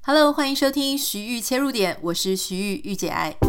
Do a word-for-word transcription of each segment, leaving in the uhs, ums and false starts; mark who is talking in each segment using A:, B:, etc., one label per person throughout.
A: Hello， 欢迎收听徐玉切入点，我是徐玉玉姐爱。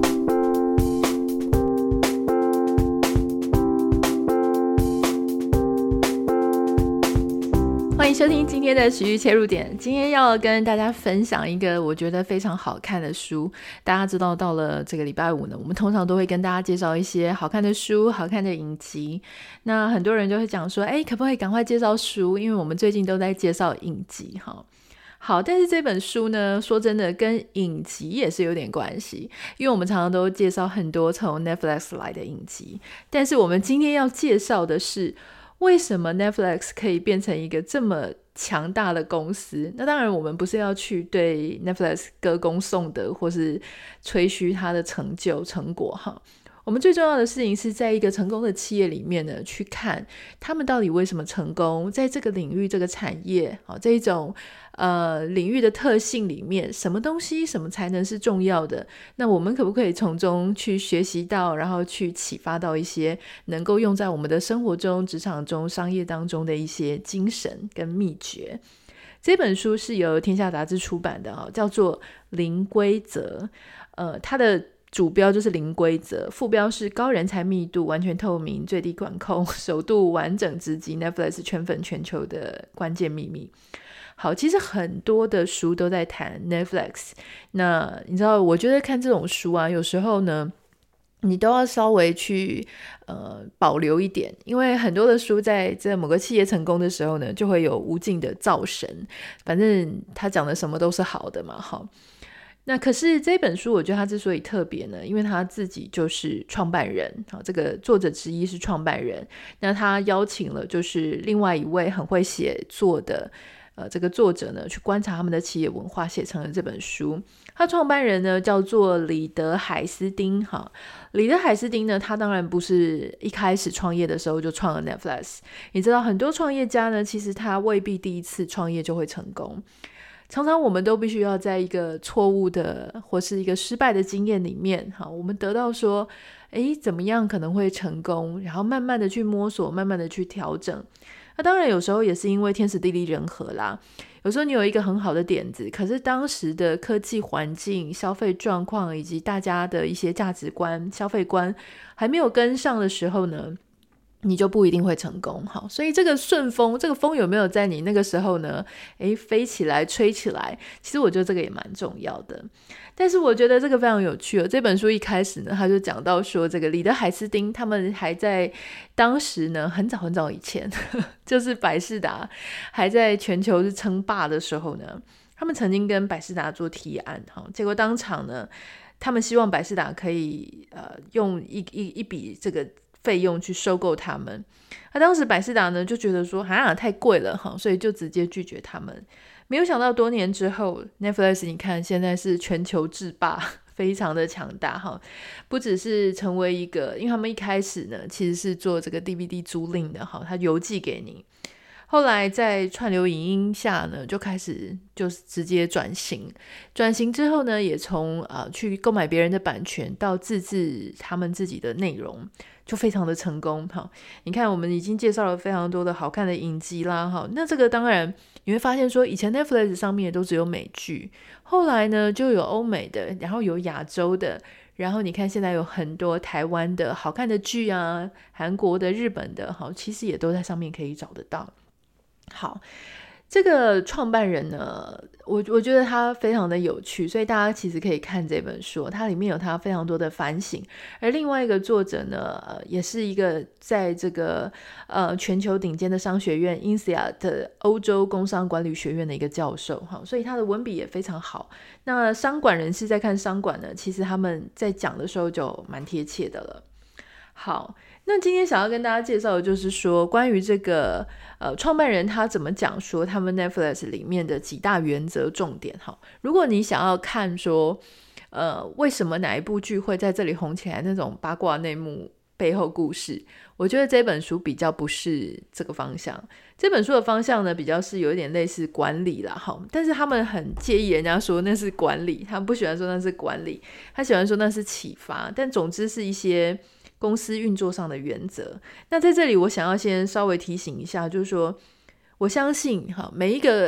A: 欢迎收听今天的徐玉切入点。今天要跟大家分享一个我觉得非常好看的书。大家知道到了这个礼拜五呢，我们通常都会跟大家介绍一些好看的书、好看的影集。那很多人就会讲说，哎，可不可以赶快介绍书？因为我们最近都在介绍影集哈。好，但是这本书呢，说真的跟影集也是有点关系，因为我们常常都介绍很多从 Netflix 来的影集，但是我们今天要介绍的是为什么 Netflix 可以变成一个这么强大的公司。那当然我们不是要去对 Netflix 歌功颂德或是吹嘘它的成就成果哈。我们最重要的事情是在一个成功的企业里面呢，去看他们到底为什么成功，在这个领域这个产业这一种呃领域的特性里面，什么东西什么才能是重要的，那我们可不可以从中去学习到，然后去启发到一些能够用在我们的生活中、职场中、商业当中的一些精神跟秘诀。这本书是由天下杂志出版的，叫做零规则，呃，它的主标就是零规则，副标是高人才密度、完全透明、最低管控、首度完整直击 Netflix 圈粉全球的关键秘密。好，其实很多的书都在谈 Netflix。那你知道，我觉得看这种书啊，有时候呢，你都要稍微去呃保留一点，因为很多的书在这某个企业成功的时候呢，就会有无尽的造神，反正他讲的什么都是好的嘛，好。那可是这本书我觉得他之所以特别呢，因为他自己就是创办人，好，这个作者之一是创办人，那他邀请了就是另外一位很会写作的呃，这个作者呢去观察他们的企业文化，写成了这本书。他创办人呢叫做李德海斯汀哈，李德海斯汀呢，他当然不是一开始创业的时候就创了 Netflix。你知道很多创业家呢，其实他未必第一次创业就会成功。常常我们都必须要在一个错误的或是一个失败的经验里面，好，我们得到说诶怎么样可能会成功，然后慢慢的去摸索，慢慢的去调整。那当然有时候也是因为天时地利人和啦，有时候你有一个很好的点子，可是当时的科技环境、消费状况以及大家的一些价值观、消费观还没有跟上的时候呢，你就不一定会成功。好，所以这个顺风，这个风有没有在你那个时候呢诶飞起来吹起来，其实我觉得这个也蛮重要的。但是我觉得这个非常有趣哦。这本书一开始呢，他就讲到说，这个李德海斯汀他们还在当时呢很早很早以前呵呵就是百视达还在全球是称霸的时候呢，他们曾经跟百视达做提案，结果当场呢他们希望百视达可以呃用一一一笔这个费用去收购他们。那当时百视达呢就觉得说啊太贵了哈，所以就直接拒绝他们。没有想到多年之后 Netflix 你看现在是全球制霸，非常的强大哈，不只是成为一个，因为他们一开始呢其实是做这个 D V D 租赁的哈，他邮寄给你，后来在串流影音下呢就开始就是直接转型，转型之后呢也从、呃、去购买别人的版权到自制他们自己的内容，就非常的成功。好，你看我们已经介绍了非常多的好看的影集啦，好，那这个当然你会发现说以前 Netflix 上面都只有美剧，后来呢就有欧美的，然后有亚洲的，然后你看现在有很多台湾的好看的剧啊，韩国的、日本的，好，其实也都在上面可以找得到。好，这个创办人呢，我我觉得他非常的有趣，所以大家其实可以看这本书，它里面有他非常多的反省。而另外一个作者呢，呃、也是一个在这个呃全球顶尖的商学院 I N S E A 的欧洲工商管理学院的一个教授，所以他的文笔也非常好。那商管人士在看商管呢，其实他们在讲的时候就蛮贴切的了。好，那今天想要跟大家介绍的就是说关于这个呃创办人他怎么讲说他们 Netflix 里面的几大原则重点。好，如果你想要看说呃为什么哪一部剧会在这里红起来那种八卦内幕背后故事，我觉得这本书比较不是这个方向。这本书的方向呢比较是有一点类似管理啦，但是他们很介意人家说那是管理，他们不喜欢说那是管理，他喜欢说那是启发，但总之是一些公司运作上的原则。那在这里我想要先稍微提醒一下，就是说我相信每一个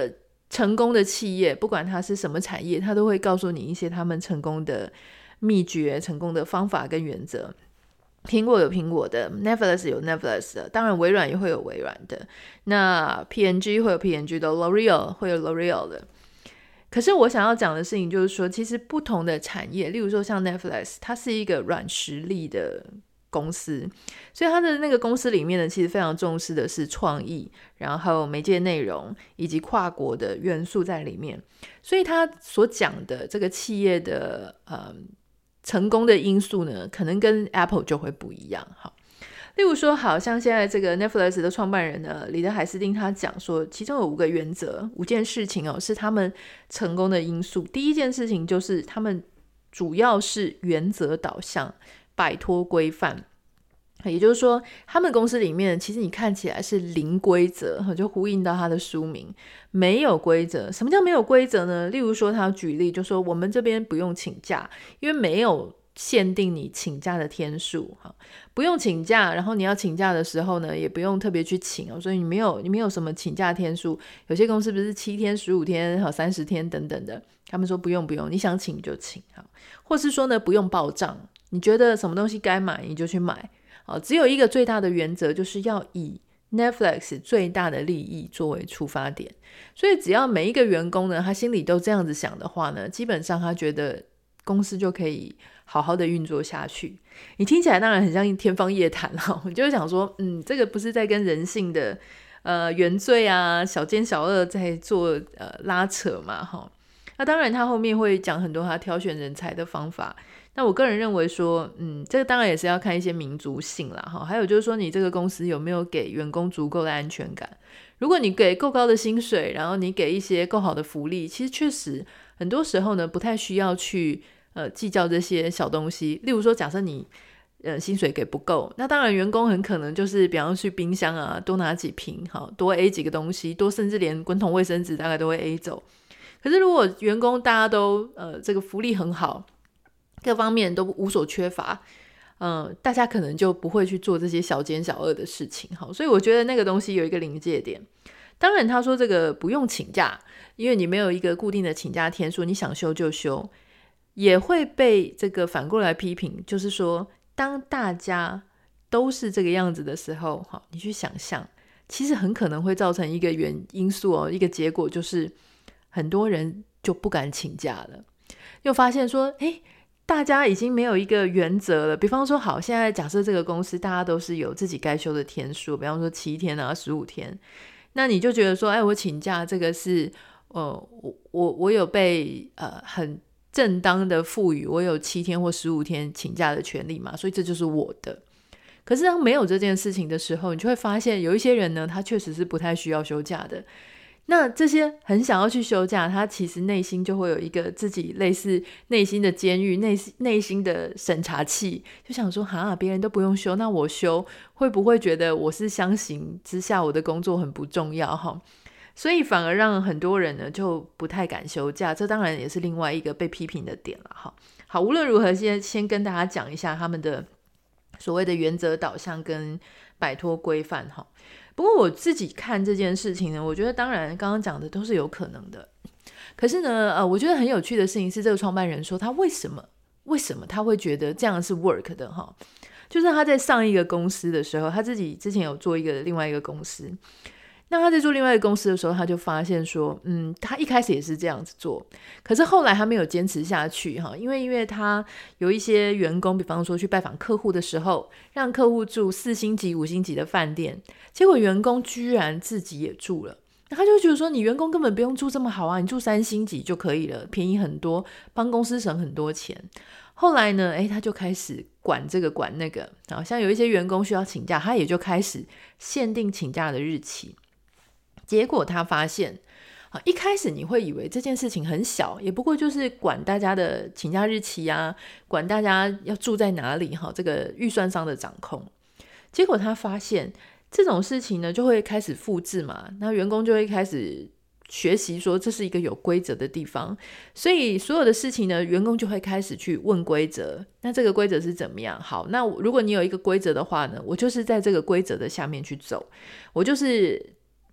A: 成功的企业不管它是什么产业，它都会告诉你一些他们成功的秘诀、成功的方法跟原则。苹果有苹果的， Netflix 有 Netflix 的，当然微软也会有微软的，那 P and G 会有 P and G 的， L'Oreal 会有 L'Oreal 的。可是我想要讲的事情就是说，其实不同的产业，例如说像 Netflix， 它是一个软实力的公司，所以它的那个公司里面呢，其实非常重视的是创意，然后媒介内容以及跨国的元素在里面，所以它所讲的这个企业的呃成功的因素呢，可能跟 Apple 就会不一样。好，例如说，好像现在这个 Netflix 的创办人呢，李德海斯汀他讲说，其中有五个原则，五件事情哦，是他们成功的因素。第一件事情就是他们主要是原则导向，摆脱规范。也就是说，他们公司里面其实你看起来是零规则，就呼应到他的书名，没有规则。什么叫没有规则呢？例如说，他举例就说，我们这边不用请假，因为没有限定你请假的天数，不用请假，然后你要请假的时候呢，也不用特别去请，所以你没有你没有什么请假天数。有些公司不是七天、十五天、三十天等等的，他们说不用不用，你想请就请，或是说呢不用报账，你觉得什么东西该买你就去买。只有一个最大的原则，就是要以 Netflix 最大的利益作为出发点。所以只要每一个员工呢，他心里都这样子想的话呢，基本上他觉得公司就可以好好的运作下去。你听起来当然很像天方夜谭，你就会想说，嗯，这个不是在跟人性的呃原罪啊、小奸小恶在做呃拉扯嘛？哈，那当然他后面会讲很多他挑选人才的方法。那我个人认为说，嗯，这个当然也是要看一些民族性啦，哈，还有就是说你这个公司有没有给员工足够的安全感。如果你给够高的薪水，然后你给一些够好的福利，其实确实很多时候呢不太需要去呃计较这些小东西。例如说假设你呃薪水给不够，那当然员工很可能就是比方说去冰箱啊多拿几瓶，好，多 A 几个东西，多甚至连滚筒卫生纸大概都会 A 走。可是如果员工大家都呃这个福利很好，各方面都无所缺乏，嗯，大家可能就不会去做这些小奸小恶的事情。好，所以我觉得那个东西有一个临界点。当然他说这个不用请假，因为你没有一个固定的请假天数，你想休就休，也会被这个反过来批评，就是说当大家都是这个样子的时候，好，你去想象，其实很可能会造成一个原因素哦，一个结果就是很多人就不敢请假了，又发现说，诶大家已经没有一个原则了。比方说，好，现在假设这个公司大家都是有自己该休的天数，比方说七天啊、十五天，那你就觉得说，哎，我请假这个是，呃，我我我有被呃很正当的赋予，我有七天或十五天请假的权利嘛，所以这就是我的。可是当没有这件事情的时候，你就会发现有一些人呢，他确实是不太需要休假的。那这些很想要去休假，他其实内心就会有一个自己类似内心的监狱，内内心的审查器，就想说哈，别人都不用休，那我休会不会觉得我是相形之下我的工作很不重要哈？所以反而让很多人呢就不太敢休假，这当然也是另外一个被批评的点了哈。好，无论如何先先跟大家讲一下他们的所谓的原则导向跟摆脱规范哈。不过我自己看这件事情呢，我觉得当然刚刚讲的都是有可能的。可是呢，呃，我觉得很有趣的事情是，这个创办人说他为什么为什么他会觉得这样是 work 的哈？就是他在上一个公司的时候，他自己之前有做一个另外一个公司。那他在做另外一个公司的时候，他就发现说，嗯，他一开始也是这样子做，可是后来他没有坚持下去哈，因为因为他有一些员工，比方说去拜访客户的时候，让客户住四星级、五星级的饭店，结果员工居然自己也住了，那他就觉得说，你员工根本不用住这么好啊，你住三星级就可以了，便宜很多，帮公司省很多钱。后来呢，诶，他就开始管这个管那个，好像有一些员工需要请假，他也就开始限定请假的日期。结果他发现，一开始你会以为这件事情很小，也不过就是管大家的请假日期啊，管大家要住在哪里，这个预算上的掌控。结果他发现这种事情呢，就会开始复制嘛，那员工就会开始学习说这是一个有规则的地方，所以所有的事情呢，员工就会开始去问规则，那这个规则是怎么样？好，那如果你有一个规则的话呢，我就是在这个规则的下面去走，我就是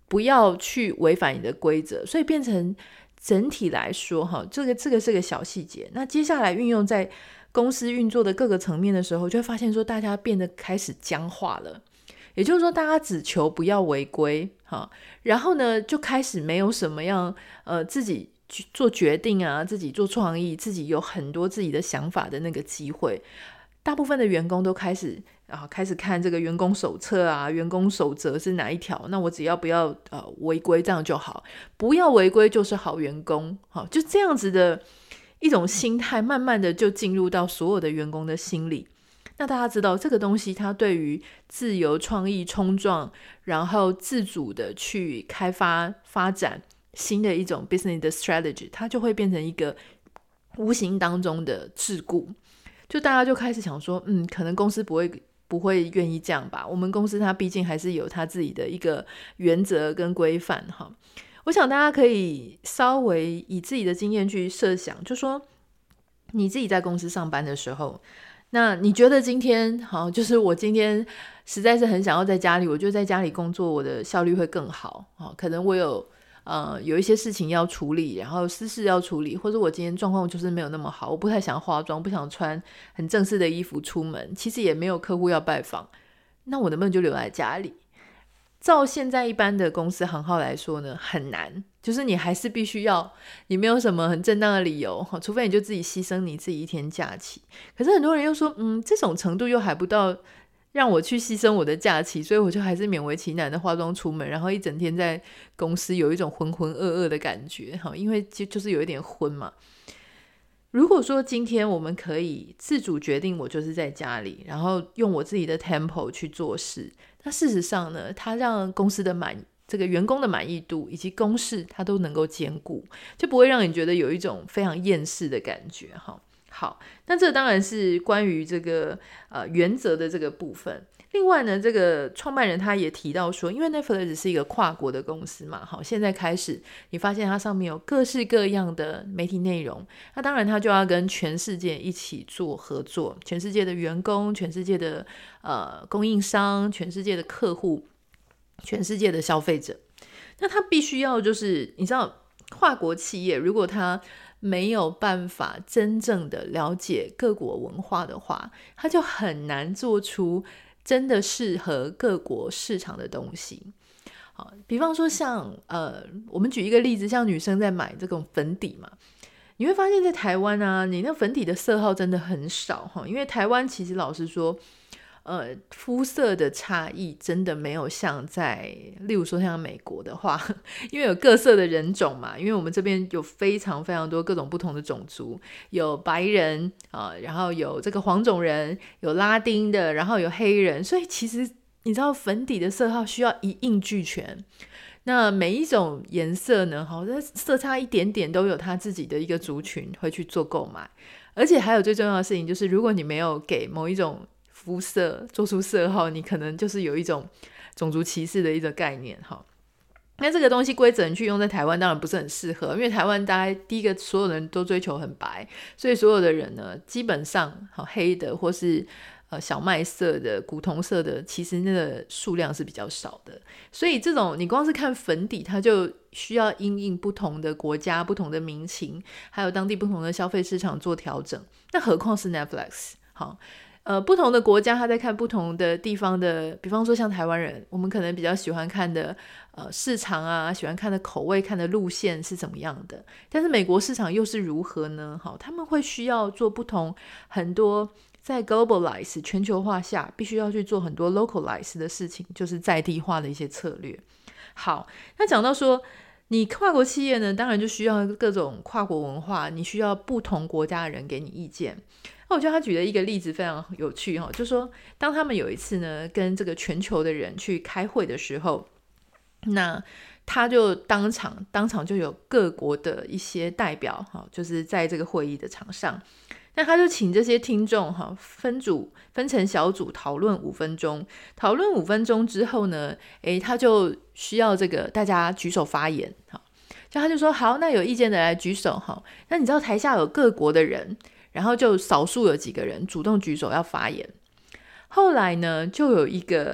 A: 不要去违反你的规则，所以变成整体来说哈，这个这个是个小细节。那接下来运用在公司运作的各个层面的时候，就会发现说大家变得开始僵化了。也就是说大家只求不要违规哈，然后呢就开始没有什么样呃自己做决定啊，自己做创意，自己有很多自己的想法的那个机会。大部分的员工都开始啊，开始看这个员工手册啊，员工守则是哪一条，那我只要不要呃违规，这样就好，不要违规就是好员工。好，就这样子的一种心态，慢慢的就进入到所有的员工的心里。那大家知道这个东西它对于自由创意冲撞，然后自主的去开发发展新的一种 business 的 strategy， 它就会变成一个无形当中的桎梏。就大家就开始想说嗯，可能公司不会不会愿意这样吧，我们公司它毕竟还是有它自己的一个原则跟规范哈。我想大家可以稍微以自己的经验去设想，就说你自己在公司上班的时候，那你觉得今天好，就是我今天实在是很想要在家里，我就在家里工作，我的效率会更好。可能我有呃有一些事情要处理，然后私事要处理，或者我今天状况就是没有那么好，我不太想化妆，不想穿很正式的衣服出门，其实也没有客户要拜访，那我能不能就留在家里？照现在一般的公司行号来说呢，很难，就是你还是必须要，你没有什么很正当的理由，除非你就自己牺牲你自己一天假期。可是很多人又说嗯，这种程度又还不到让我去牺牲我的假期，所以我就还是勉为其难的化妆出门，然后一整天在公司有一种浑浑噩噩的感觉，因为就就是有一点昏嘛。如果说今天我们可以自主决定我就是在家里，然后用我自己的 tempo 去做事，那事实上呢，它让公司的满这个员工的满意度以及公事它都能够兼顾，就不会让你觉得有一种非常厌世的感觉哈。好，那这当然是关于这个呃原则的这个部分。另外呢，这个创办人他也提到说，因为 Netflix 是一个跨国的公司嘛，好，现在开始你发现它上面有各式各样的媒体内容，那当然他就要跟全世界一起做合作，全世界的员工，全世界的呃供应商，全世界的客户，全世界的消费者。那他必须要就是你知道跨国企业如果他没有办法真正的了解各国文化的话，他就很难做出真的适合各国市场的东西。好，比方说像呃，我们举一个例子，像女生在买这种粉底嘛，你会发现在台湾啊，你那粉底的色号真的很少，因为台湾其实老实说呃，肤色的差异真的没有像在例如说像美国的话，因为有各色的人种嘛，因为我们这边有非常非常多各种不同的种族，有白人、呃、然后有这个黄种人，有拉丁的，然后有黑人，所以其实你知道粉底的色号需要一应俱全，那每一种颜色呢，好像色差一点点都有他自己的一个族群会去做购买。而且还有最重要的事情就是，如果你没有给某一种肤色做出色号，你可能就是有一种种族歧视的一个概念哈。那这个东西规则你去用在台湾当然不是很适合，因为台湾大概第一个所有人都追求很白，所以所有的人呢基本上黑的或是呃小麦色的古铜色的其实那个数量是比较少的，所以这种你光是看粉底它就需要因应不同的国家不同的民情还有当地不同的消费市场做调整，那何况是 Netflix。 好，呃，不同的国家他在看不同的地方的，比方说像台湾人，我们可能比较喜欢看的呃市场啊，喜欢看的口味看的路线是怎么样的，但是美国市场又是如何呢？好，他们会需要做不同很多在 globalize 全球化下必须要去做很多 localize 的事情，就是在地化的一些策略。好，那讲到说你跨国企业呢，当然就需要各种跨国文化，你需要不同国家的人给你意见。那我觉得他举的一个例子非常有趣，就是说当他们有一次呢跟这个全球的人去开会的时候，那他就当场当场就有各国的一些代表，就是在这个会议的场上，那他就请这些听众分组分成小组讨论五分钟，讨论五分钟之后呢，诶，他就需要这个大家举手发言，就他就说好，那有意见的来举手。那你知道台下有各国的人，然后就少数有几个人主动举手要发言。后来呢，就有一个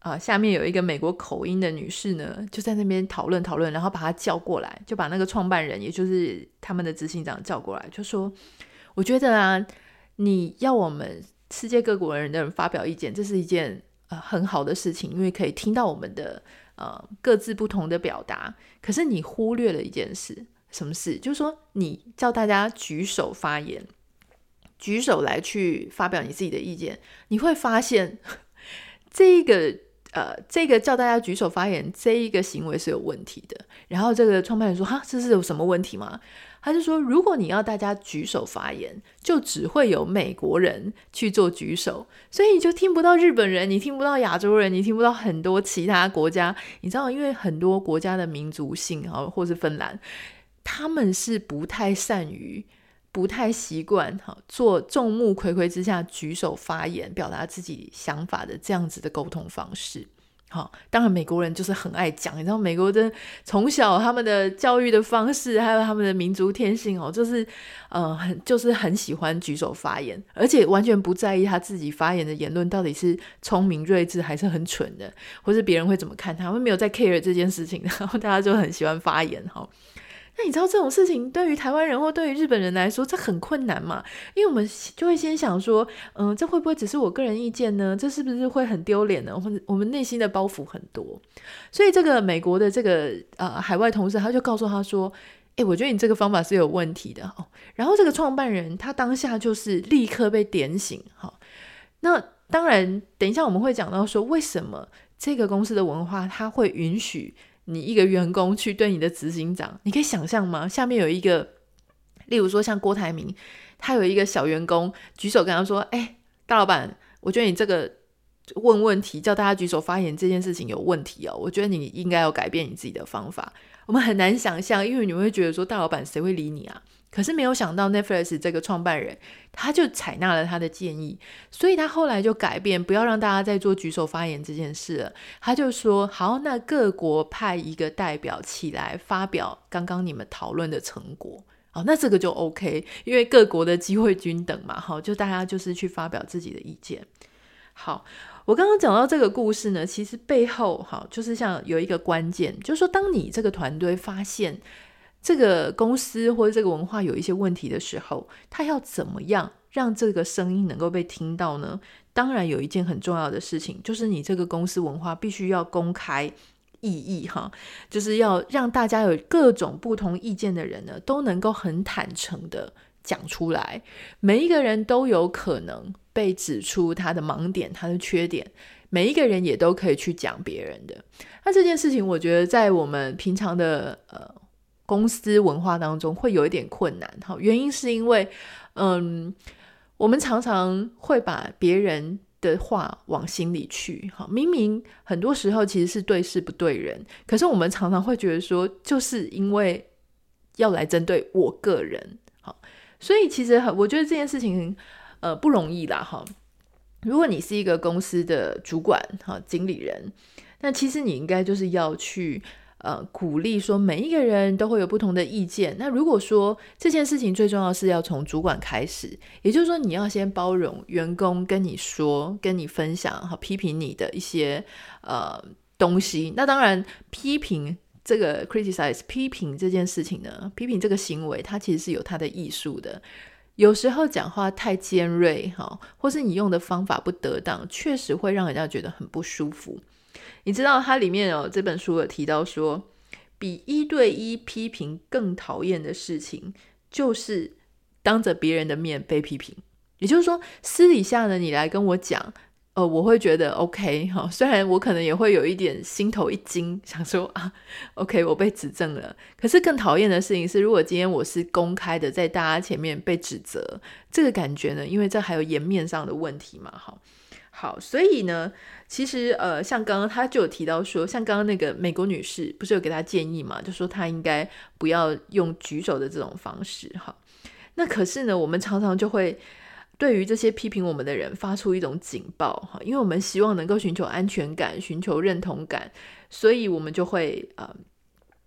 A: 啊，下面有一个美国口音的女士呢，就在那边讨论讨论，然后把她叫过来，就把那个创办人，也就是他们的执行长叫过来，就说我觉得啊，你要我们世界各国人的人发表意见，这是一件、呃、很好的事情，因为可以听到我们的、呃、各自不同的表达。可是你忽略了一件事，什么事？就是说你叫大家举手发言，举手来去发表你自己的意见，你会发现这个呃，这个叫大家举手发言这一个行为是有问题的。然后这个创办人说，哈，这是有什么问题吗？他就说，如果你要大家举手发言，就只会有美国人去做举手，所以你就听不到日本人，你听不到亚洲人，你听不到很多其他国家。你知道，因为很多国家的民族性或是芬兰，他们是不太善于不太习惯做众目睽睽之下举手发言表达自己想法的这样子的沟通方式。好，当然美国人就是很爱讲，你知道美国的从小他们的教育的方式还有他们的民族天性哦，就是呃很就是很喜欢举手发言，而且完全不在意他自己发言的言论到底是聪明睿智还是很蠢的，或是别人会怎么看他，他们没有在 care 这件事情，然后大家就很喜欢发言哈。那你知道这种事情对于台湾人或对于日本人来说这很困难嘛？因为我们就会先想说嗯，这会不会只是我个人意见呢？这是不是会很丢脸呢？或者我们内心的包袱很多。所以这个美国的这个呃海外同事他就告诉他说，诶，我觉得你这个方法是有问题的、哦、然后这个创办人他当下就是立刻被点醒、哦、那当然等一下我们会讲到说为什么这个公司的文化他会允许你一个员工去对你的执行长，你可以想象吗？下面有一个，例如说像郭台铭，他有一个小员工举手跟他说，哎，大老板，我觉得你这个问问题叫大家举手发言这件事情有问题哦，我觉得你应该要改变你自己的方法。我们很难想象，因为你们会觉得说大老板谁会理你啊？可是没有想到 Netflix 这个创办人他就采纳了他的建议，所以他后来就改变，不要让大家再做举手发言这件事了。他就说好，那各国派一个代表起来发表刚刚你们讨论的成果。好，那这个就 OK， 因为各国的机会均等嘛，好，就大家就是去发表自己的意见。好，我刚刚讲到这个故事呢，其实背后好就是像有一个关键，就是说当你这个团队发现这个公司或者这个文化有一些问题的时候，他要怎么样让这个声音能够被听到呢？当然有一件很重要的事情，就是你这个公司文化必须要公开意义哈，就是要让大家有各种不同意见的人呢都能够很坦诚的讲出来，每一个人都有可能被指出他的盲点他的缺点，每一个人也都可以去讲别人的。那这件事情我觉得在我们平常的呃公司文化当中会有一点困难，原因是因为嗯，我们常常会把别人的话往心里去，明明很多时候其实是对事不对人，可是我们常常会觉得说就是因为要来针对我个人，所以其实我觉得这件事情呃不容易啦。如果你是一个公司的主管经理人，那其实你应该就是要去呃，鼓励说每一个人都会有不同的意见。那如果说这件事情最重要是要从主管开始，也就是说你要先包容员工跟你说跟你分享批评你的一些呃东西。那当然批评这个 criticize 批评这件事情呢，批评这个行为它其实是有它的艺术的。有时候讲话太尖锐或是你用的方法不得当，确实会让人家觉得很不舒服。你知道它里面有这本书有提到说，比一对一批评更讨厌的事情就是当着别人的面被批评。也就是说私底下呢你来跟我讲呃，我会觉得 OK、哦、虽然我可能也会有一点心头一惊，想说啊 OK 我被指正了，可是更讨厌的事情是如果今天我是公开的在大家前面被指责，这个感觉呢，因为这还有颜面上的问题嘛。好好，所以呢其实呃，像刚刚他就有提到说，像刚刚那个美国女士不是有给他建议嘛，就说他应该不要用举手的这种方式。好，那可是呢我们常常就会对于这些批评我们的人发出一种警报，因为我们希望能够寻求安全感，寻求认同感，所以我们就会呃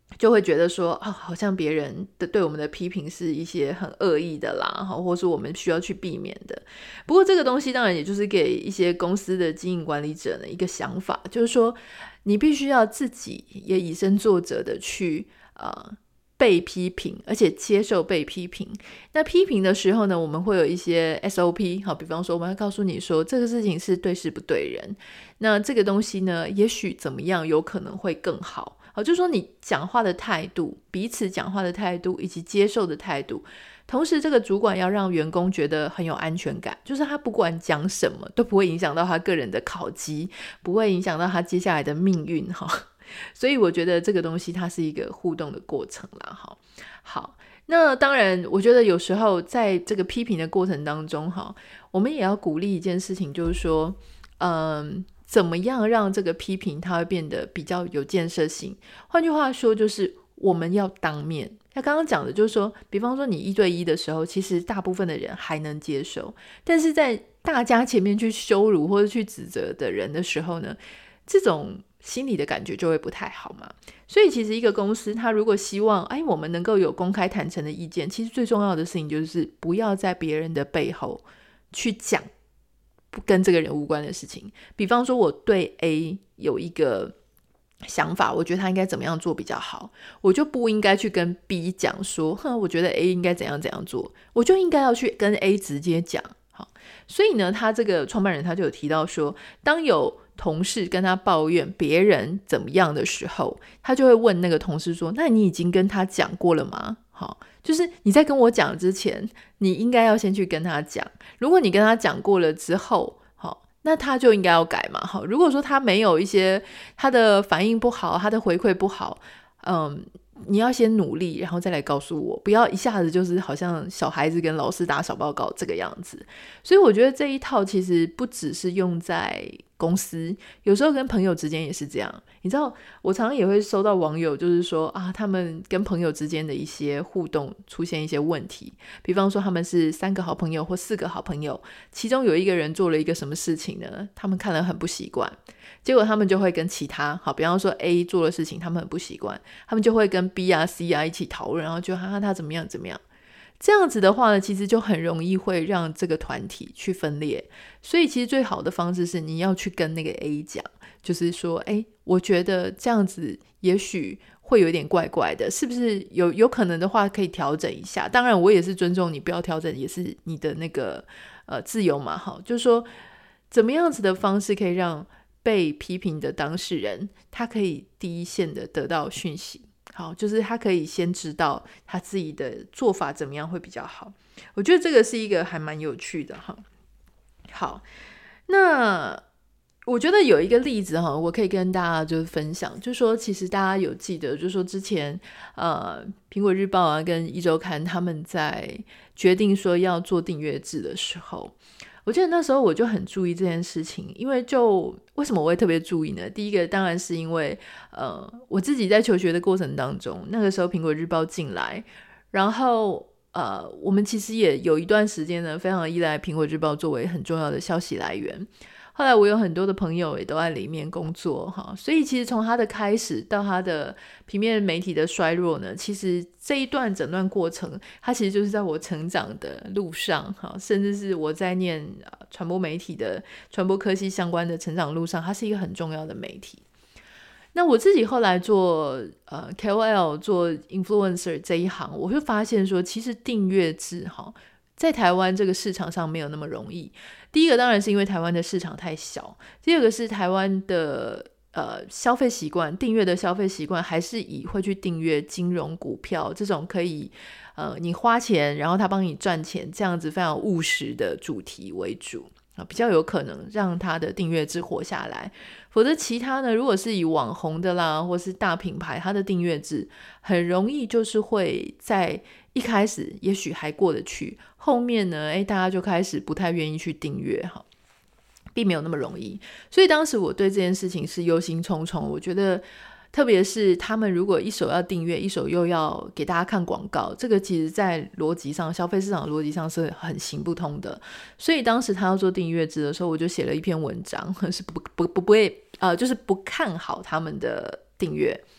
A: 就会觉得说啊，好像别人的对我们的批评是一些很恶意的啦，或是我们需要去避免的。不过这个东西当然也就是给一些公司的经营管理者的一个想法，就是说你必须要自己也以身作则的去呃被批评，而且接受被批评。那批评的时候呢，我们会有一些 S O P， 好，比方说我们会告诉你说这个事情是对事不对人，那这个东西呢也许怎么样有可能会更好，好，就是说你讲话的态度，彼此讲话的态度以及接受的态度，同时这个主管要让员工觉得很有安全感，就是他不管讲什么都不会影响到他个人的考绩，不会影响到他接下来的命运。所以我觉得这个东西它是一个互动的过程啦。好，那当然我觉得有时候在这个批评的过程当中，我们也要鼓励一件事情，就是说嗯，怎么样让这个批评它会变得比较有建设性。换句话说，就是我们要当面，他刚刚讲的就是说，比方说你一对一的时候，其实大部分的人还能接受，但是在大家前面去羞辱或者去指责的人的时候呢，这种心里的感觉就会不太好嘛。所以其实一个公司他如果希望哎，我们能够有公开坦诚的意见，其实最重要的事情就是不要在别人的背后去讲不跟这个人无关的事情。比方说我对 A 有一个想法，我觉得他应该怎么样做比较好，我就不应该去跟 B 讲说哼，我觉得 A 应该怎样怎样做，我就应该要去跟 A 直接讲。好，所以呢他这个创办人他就有提到说，当有同事跟他抱怨别人怎么样的时候，他就会问那个同事说，那你已经跟他讲过了吗？好，就是你在跟我讲之前，你应该要先去跟他讲，如果你跟他讲过了之后，好，那他就应该要改嘛。好，如果说他没有一些他的反应不好，他的回馈不好，嗯，你要先努力然后再来告诉我，不要一下子就是好像小孩子跟老师打小报告这个样子。所以我觉得这一套其实不只是用在公司，有时候跟朋友之间也是这样。你知道我常常也会收到网友就是说啊，他们跟朋友之间的一些互动出现一些问题，比方说他们是三个好朋友或四个好朋友，其中有一个人做了一个什么事情呢，他们看了很不习惯，结果他们就会跟其他好，比方说 A 做的事情他们很不习惯，他们就会跟 B 啊 C 啊一起讨论，然后就哈哈他怎么样怎么样。这样子的话呢，其实就很容易会让这个团体去分裂。所以其实最好的方式是你要去跟那个 A 讲，就是说哎，我觉得这样子也许会有点怪怪的，是不是有有可能的话可以调整一下。当然我也是尊重你，不要调整也是你的那个呃自由嘛。好，就是说怎么样子的方式可以让被批评的当事人他可以第一线的得到讯息，好，就是他可以先知道他自己的做法怎么样会比较好。我觉得这个是一个还蛮有趣的哈。好，那我觉得有一个例子哈，我可以跟大家就是分享，就是说其实大家有记得，就是说之前呃苹果日报啊跟一周刊他们在决定说要做订阅制的时候，我记得那时候我就很注意这件事情。因为就为什么我会特别注意呢？第一个当然是因为呃我自己在求学的过程当中，那个时候苹果日报进来，然后呃我们其实也有一段时间呢非常依赖苹果日报作为很重要的消息来源。后来我有很多的朋友也都在里面工作哈，所以其实从它的开始到它的平面媒体的衰弱呢，其实这一段整段过程它其实就是在我成长的路上哈，甚至是我在念传播媒体的传播科系相关的成长路上，它是一个很重要的媒体。那我自己后来做呃 K O L 做 influencer 这一行，我会发现说其实订阅制哈在台湾这个市场上没有那么容易。第一个当然是因为台湾的市场太小，第二个是台湾的呃消费习惯，订阅的消费习惯还是以会去订阅金融股票这种可以呃你花钱然后他帮你赚钱这样子非常务实的主题为主，比较有可能让他的订阅制活下来。否则其他呢，如果是以网红的啦或是大品牌，他的订阅制很容易就是会在一开始也许还过得去，后面呢诶大家就开始不太愿意去订阅哈，并没有那么容易。所以当时我对这件事情是忧心忡忡，我觉得特别是他们如果一手要订阅，一手又要给大家看广告，这个其实在逻辑上消费市场逻辑上是很行不通的。所以当时他要做订阅制的时候，我就写了一篇文章，是不不不不会呃，就是不看好他们的订阅。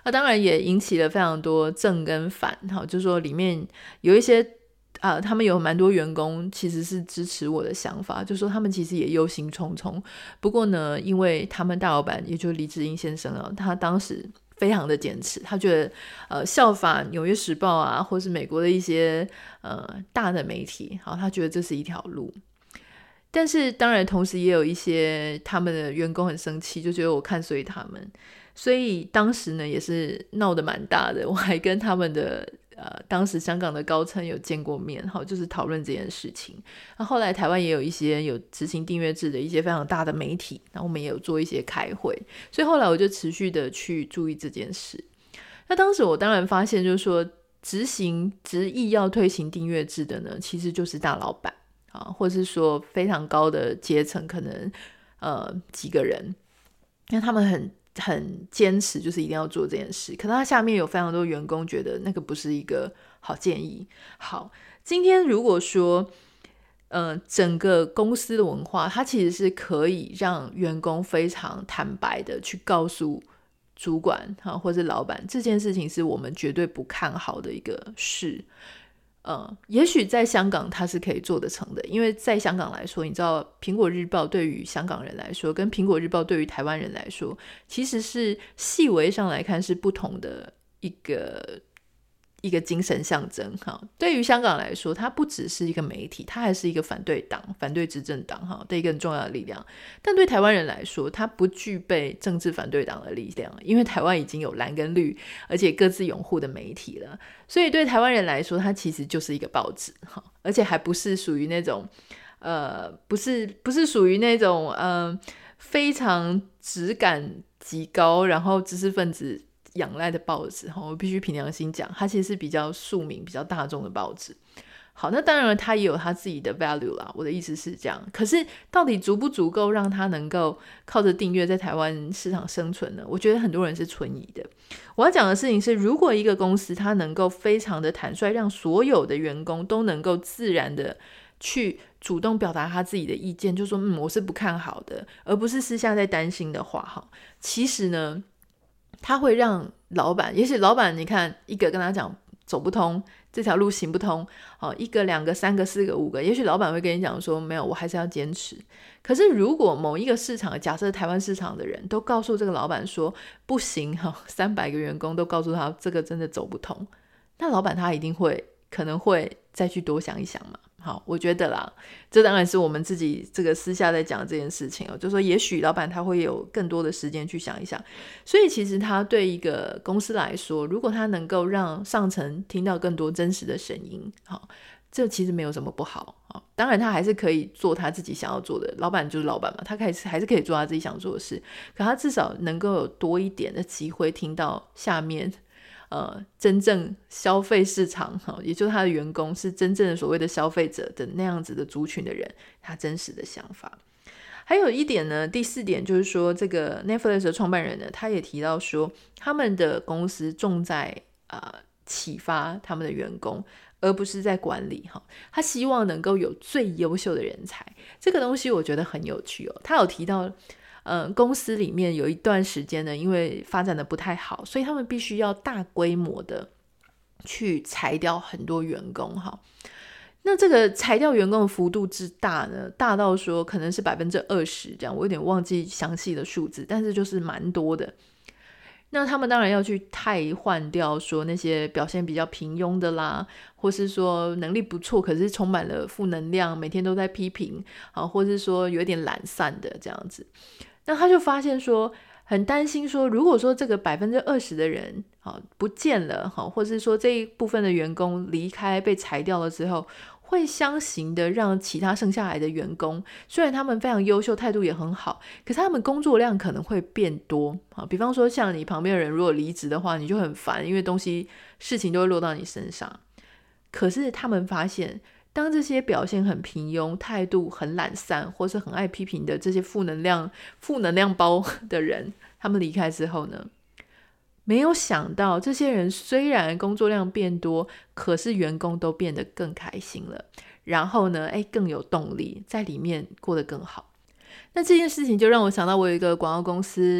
A: 那当然也引起了非常多正跟反，就是说里面有一些啊，他们有蛮多员工其实是支持我的想法，就是说他们其实也忧心忡忡。不过呢，因为他们大老板也就是李志英先生啊，他当时非常的坚持，他觉得呃效法纽约时报啊，或是美国的一些呃大的媒体，好，他觉得这是一条路。但是当然同时也有一些他们的员工很生气，就觉得我看衰他们，所以当时呢也是闹得蛮大的。我还跟他们的呃当时香港的高层有见过面，好，就是讨论这件事情。那后来台湾也有一些有执行订阅制的一些非常大的媒体，然后我们也有做一些开会，所以后来我就持续的去注意这件事。那当时我当然发现就是说执行执意要推行订阅制的呢，其实就是大老板啊，或是说非常高的阶层，可能呃几个人，因为他们很很坚持，就是一定要做这件事。可能他下面有非常多员工觉得那个不是一个好建议。好，今天如果说呃整个公司的文化，它其实是可以让员工非常坦白的去告诉主管啊或者老板，这件事情是我们绝对不看好的一个事。呃，也许在香港它是可以做得成的，因为在香港来说，你知道苹果日报对于香港人来说跟苹果日报对于台湾人来说，其实是细微上来看是不同的一个一个精神象征。哈，对于香港来说，它不只是一个媒体，它还是一个反对党反对执政党哈的一个很重要的力量。但对台湾人来说，它不具备政治反对党的力量，因为台湾已经有蓝跟绿而且各自拥护的媒体了，所以对台湾人来说，它其实就是一个报纸哈，而且还不是属于那种呃不是不是属于那种呃非常质感极高然后知识分子仰赖的报纸，我必须凭良心讲，它其实是比较庶民比较大众的报纸。好，那当然它也有它自己的 value 啦，我的意思是这样。可是到底足不足够让它能够靠着订阅在台湾市场生存呢？我觉得很多人是存疑的。我要讲的事情是，如果一个公司它能够非常的坦率，让所有的员工都能够自然的去主动表达他自己的意见，就说嗯我是不看好的，而不是私下在担心的话，其实呢他会让老板，也许老板你看一个跟他讲走不通，这条路行不通，哦，一个两个三个四个五个，也许老板会跟你讲说没有，我还是要坚持。可是如果某一个市场，假设台湾市场的人都告诉这个老板说不行，三百个员工都告诉他这个真的走不通，那老板他一定会可能会再去多想一想嘛。好，我觉得啦，这当然是我们自己这个私下在讲这件事情哦，就说也许老板他会有更多的时间去想一想，所以其实他对一个公司来说，如果他能够让上层听到更多真实的声音，好，这其实没有什么不好。好，当然他还是可以做他自己想要做的，老板就是老板嘛，他还是还是可以做他自己想做的事，可他至少能够有多一点的机会听到下面呃，真正消费市场，也就是他的员工是真正的所谓的消费者的那样子的族群的人，他真实的想法。还有一点呢，第四点就是说，这个 Netflix 的创办人呢，他也提到说，他们的公司重在呃启发他们的员工，而不是在管理哈。他希望能够有最优秀的人才，这个东西我觉得很有趣哦。他有提到呃，公司里面有一段时间呢，因为发展的不太好，所以他们必须要大规模的去裁掉很多员工哈。那这个裁掉员工的幅度之大呢，大到说可能是百分之二十这样，我有点忘记详细的数字，但是就是蛮多的。那他们当然要去汰换掉说那些表现比较平庸的啦，或是说能力不错可是充满了负能量，每天都在批评啊，或是说有点懒散的这样子。那他就发现说很担心说，如果说这个百分之二十的人好不见了，好，或是说这一部分的员工离开被裁掉了之后，会相形的让其他剩下来的员工，虽然他们非常优秀，态度也很好，可是他们工作量可能会变多。比方说像你旁边的人如果离职的话，你就很烦，因为东西事情都会落到你身上。可是他们发现，当这些表现很平庸、态度很懒散或是很爱批评的这些负能量负能量包的人，他们离开之后呢，没有想到这些人虽然工作量变多，可是员工都变得更开心了，然后呢诶更有动力，在里面过得更好。那这件事情就让我想到，我有一个广告公司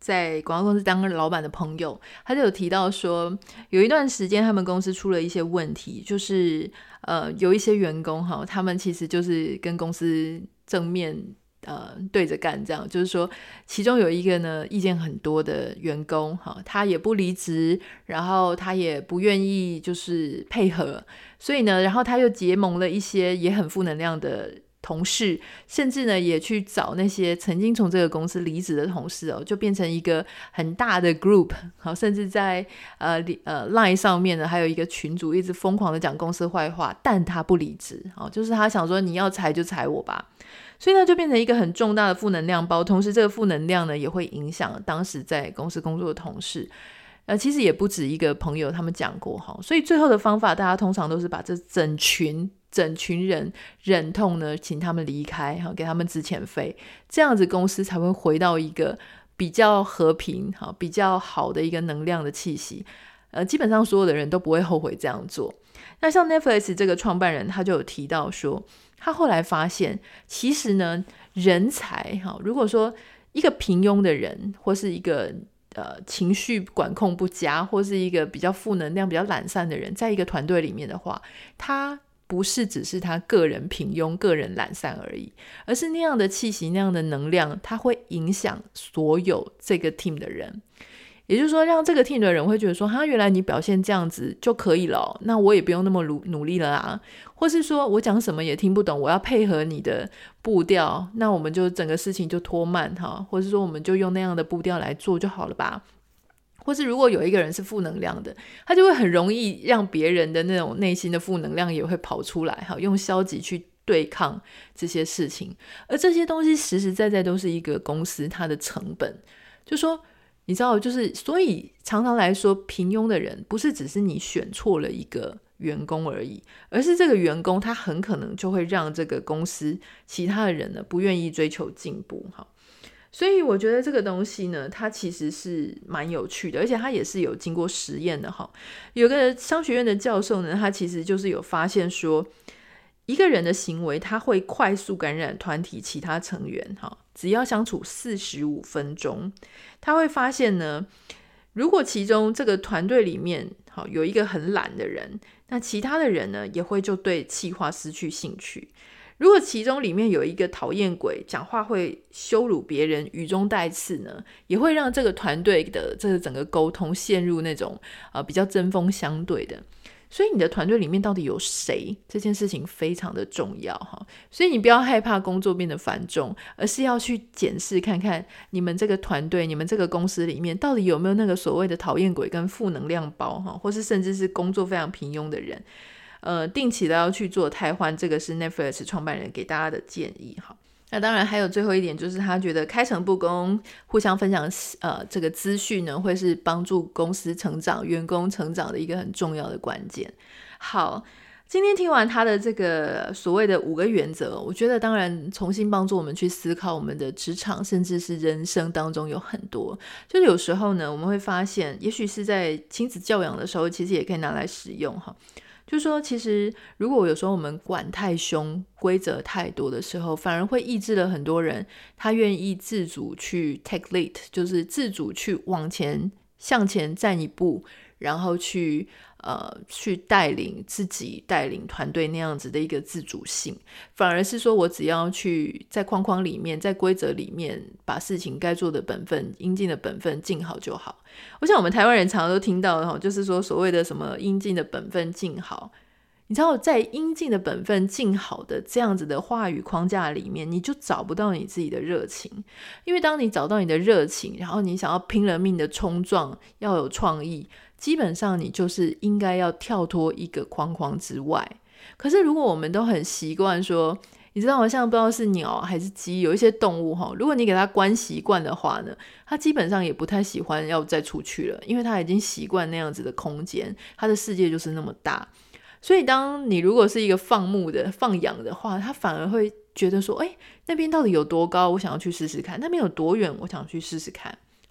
A: 在广告公司当老板的朋友，他就有提到说，有一段时间他们公司出了一些问题，就是呃有一些员工哈，他们其实就是跟公司正面呃对着干，这样就是说，其中有一个呢意见很多的员工哈，他也不离职，然后他也不愿意就是配合，所以呢，然后他又结盟了一些也很负能量的同事，甚至呢也去找那些曾经从这个公司离职的同事哦，就变成一个很大的 group， 好，甚至在呃呃 Line 上面呢还有一个群组一直疯狂的讲公司坏话，但他不离职，好，就是他想说你要裁就裁我吧，所以呢就变成一个很重大的负能量包，同时这个负能量呢也会影响当时在公司工作的同事。呃，其实也不止一个朋友他们讲过哈，所以最后的方法大家通常都是把这整群整群人忍痛呢请他们离开，给他们资遣费，这样子公司才会回到一个比较和平比较好的一个能量的气息。呃，基本上所有的人都不会后悔这样做。那像 Netflix 这个创办人他就有提到说，他后来发现其实呢人才如果说一个平庸的人或是一个呃，情绪管控不佳或是一个比较负能量比较懒散的人，在一个团队里面的话，他不是只是他个人平庸个人懒散而已，而是那样的气息那样的能量，它会影响所有这个 team 的人。也就是说让这个 team 的人会觉得说，哈，原来你表现这样子就可以了哦，那我也不用那么努力了啊，或是说我讲什么也听不懂，我要配合你的步调，那我们就整个事情就拖慢哈，或是说我们就用那样的步调来做就好了吧。或是如果有一个人是负能量的，他就会很容易让别人的那种内心的负能量也会跑出来，用消极去对抗这些事情。而这些东西实实在在都是一个公司它的成本，就说你知道，就是所以常常来说，平庸的人不是只是你选错了一个员工而已，而是这个员工他很可能就会让这个公司其他的人呢不愿意追求进步。所以我觉得这个东西呢，它其实是蛮有趣的，而且它也是有经过实验的。有个商学院的教授呢，他其实就是有发现说，一个人的行为他会快速感染团体其他成员，只要相处四十五分钟，他会发现呢，如果其中这个团队里面有一个很懒的人，那其他的人呢也会就对企划失去兴趣。如果其中里面有一个讨厌鬼，讲话会羞辱别人，语中带刺呢，也会让这个团队的这个整个沟通陷入那种呃比较针锋相对的。所以你的团队里面到底有谁，这件事情非常的重要哈。所以你不要害怕工作变得繁重，而是要去检视看看你们这个团队你们这个公司里面到底有没有那个所谓的讨厌鬼跟负能量包哈，或是甚至是工作非常平庸的人，呃，定期的要去做汰换，这个是 Netflix 创办人给大家的建议哈。那当然还有最后一点，就是他觉得开诚布公互相分享呃这个资讯呢，会是帮助公司成长员工成长的一个很重要的关键。好，今天听完他的这个所谓的五个原则，我觉得当然重新帮助我们去思考我们的职场甚至是人生当中有很多，就是有时候呢我们会发现也许是在亲子教养的时候其实也可以拿来使用哈。就是说其实如果有时候我们管太凶规则太多的时候，反而会抑制了很多人他愿意自主去 take lead， 就是自主去往前向前站一步，然后去呃去带领自己带领团队那样子的一个自主性，反而是说我只要去在框框里面在规则里面把事情该做的本分应尽的本分尽好就好。我想我们台湾人常常都听到就是说所谓的什么应尽的本分尽好，你知道在应尽的本分尽好的这样子的话语框架里面，你就找不到你自己的热情。因为当你找到你的热情，然后你想要拼了命的冲撞，要有创意，基本上你就是应该要跳脱一个框框之外。可是如果我们都很习惯说，你知道好像不知道是鸟还是鸡，有一些动物如果你给它关习惯的话呢，它基本上也不太喜欢要再出去了，因为它已经习惯那样子的空间，它的世界就是那么大。所以当你如果是一个放牧的放养的话，它反而会觉得说，哎，那边到底有多高，我想要去试试看，那边有多远，我想去试试看。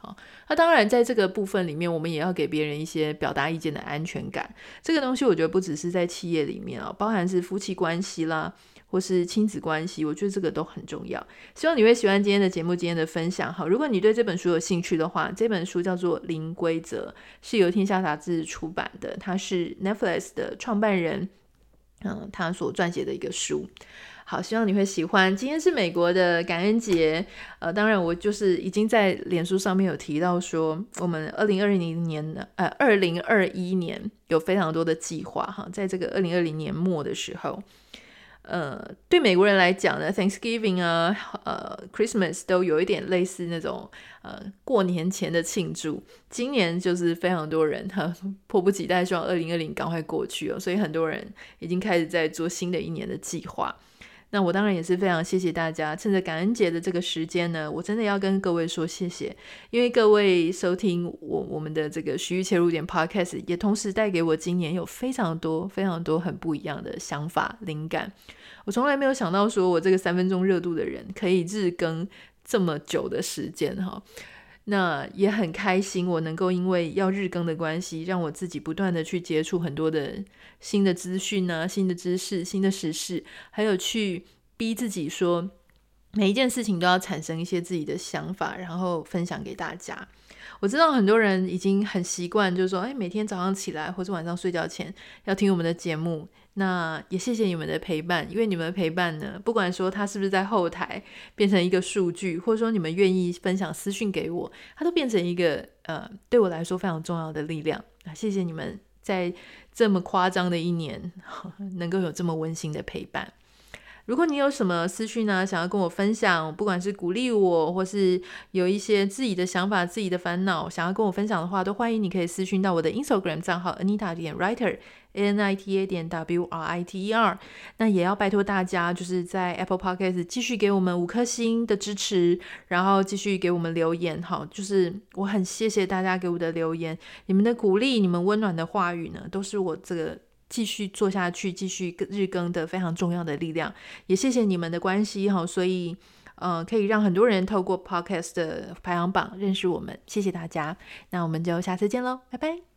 A: 好，那当然在这个部分里面，我们也要给别人一些表达意见的安全感。这个东西我觉得不只是在企业里面啊，包含是夫妻关系啦，或是亲子关系，我觉得这个都很重要。希望你会喜欢今天的节目，今天的分享。好，如果你对这本书有兴趣的话，这本书叫做《零规则》，是由天下杂志出版的，它是 Netflix 的创办人嗯，他所撰写的一个书。好，希望你会喜欢。今天是美国的感恩节，呃，当然我就是已经在脸书上面有提到说，我们二零二零年的呃二零二一年有非常多的计划哈，在这个二零二零年末的时候，呃，对美国人来讲呢 ，Thanksgiving 啊，呃 ，Christmas 都有一点类似那种呃过年前的庆祝。今年就是非常多人哈迫不及待，希望二零二零赶快过去哦，所以很多人已经开始在做新的一年的计划。那我当然也是非常谢谢大家，趁着感恩节的这个时间呢，我真的要跟各位说谢谢，因为各位收听我我们的这个徐玉切入点 Podcast， 也同时带给我今年有非常多非常多很不一样的想法灵感。我从来没有想到说我这个三分钟热度的人可以日更这么久的时间哈。那也很开心我能够因为要日更的关系，让我自己不断的去接触很多的新的资讯啊，新的知识，新的时事，还有去逼自己说每一件事情都要产生一些自己的想法，然后分享给大家。我知道很多人已经很习惯，就是说，哎，每天早上起来或者晚上睡觉前要听我们的节目。那也谢谢你们的陪伴，因为你们的陪伴呢，不管说它是不是在后台变成一个数据，或者说你们愿意分享私讯给我，它都变成一个呃对我来说非常重要的力量。谢谢你们在这么夸张的一年能够有这么温馨的陪伴。如果你有什么私讯呢，想要跟我分享，不管是鼓励我，或是有一些自己的想法、自己的烦恼想要跟我分享的话，都欢迎你可以私讯到我的 Instagram 账号 Anita 点 Writer A N I T A 点 W R I T E R。 那也要拜托大家就是在 Apple Podcast 继续给我们五颗星的支持，然后继续给我们留言。好，就是我很谢谢大家给我的留言，你们的鼓励，你们温暖的话语呢，都是我这个继续做下去继续日更的非常重要的力量。也谢谢你们的关系，所以呃，可以让很多人透过 Podcast 的排行榜认识我们，谢谢大家。那我们就下次见咯，拜拜。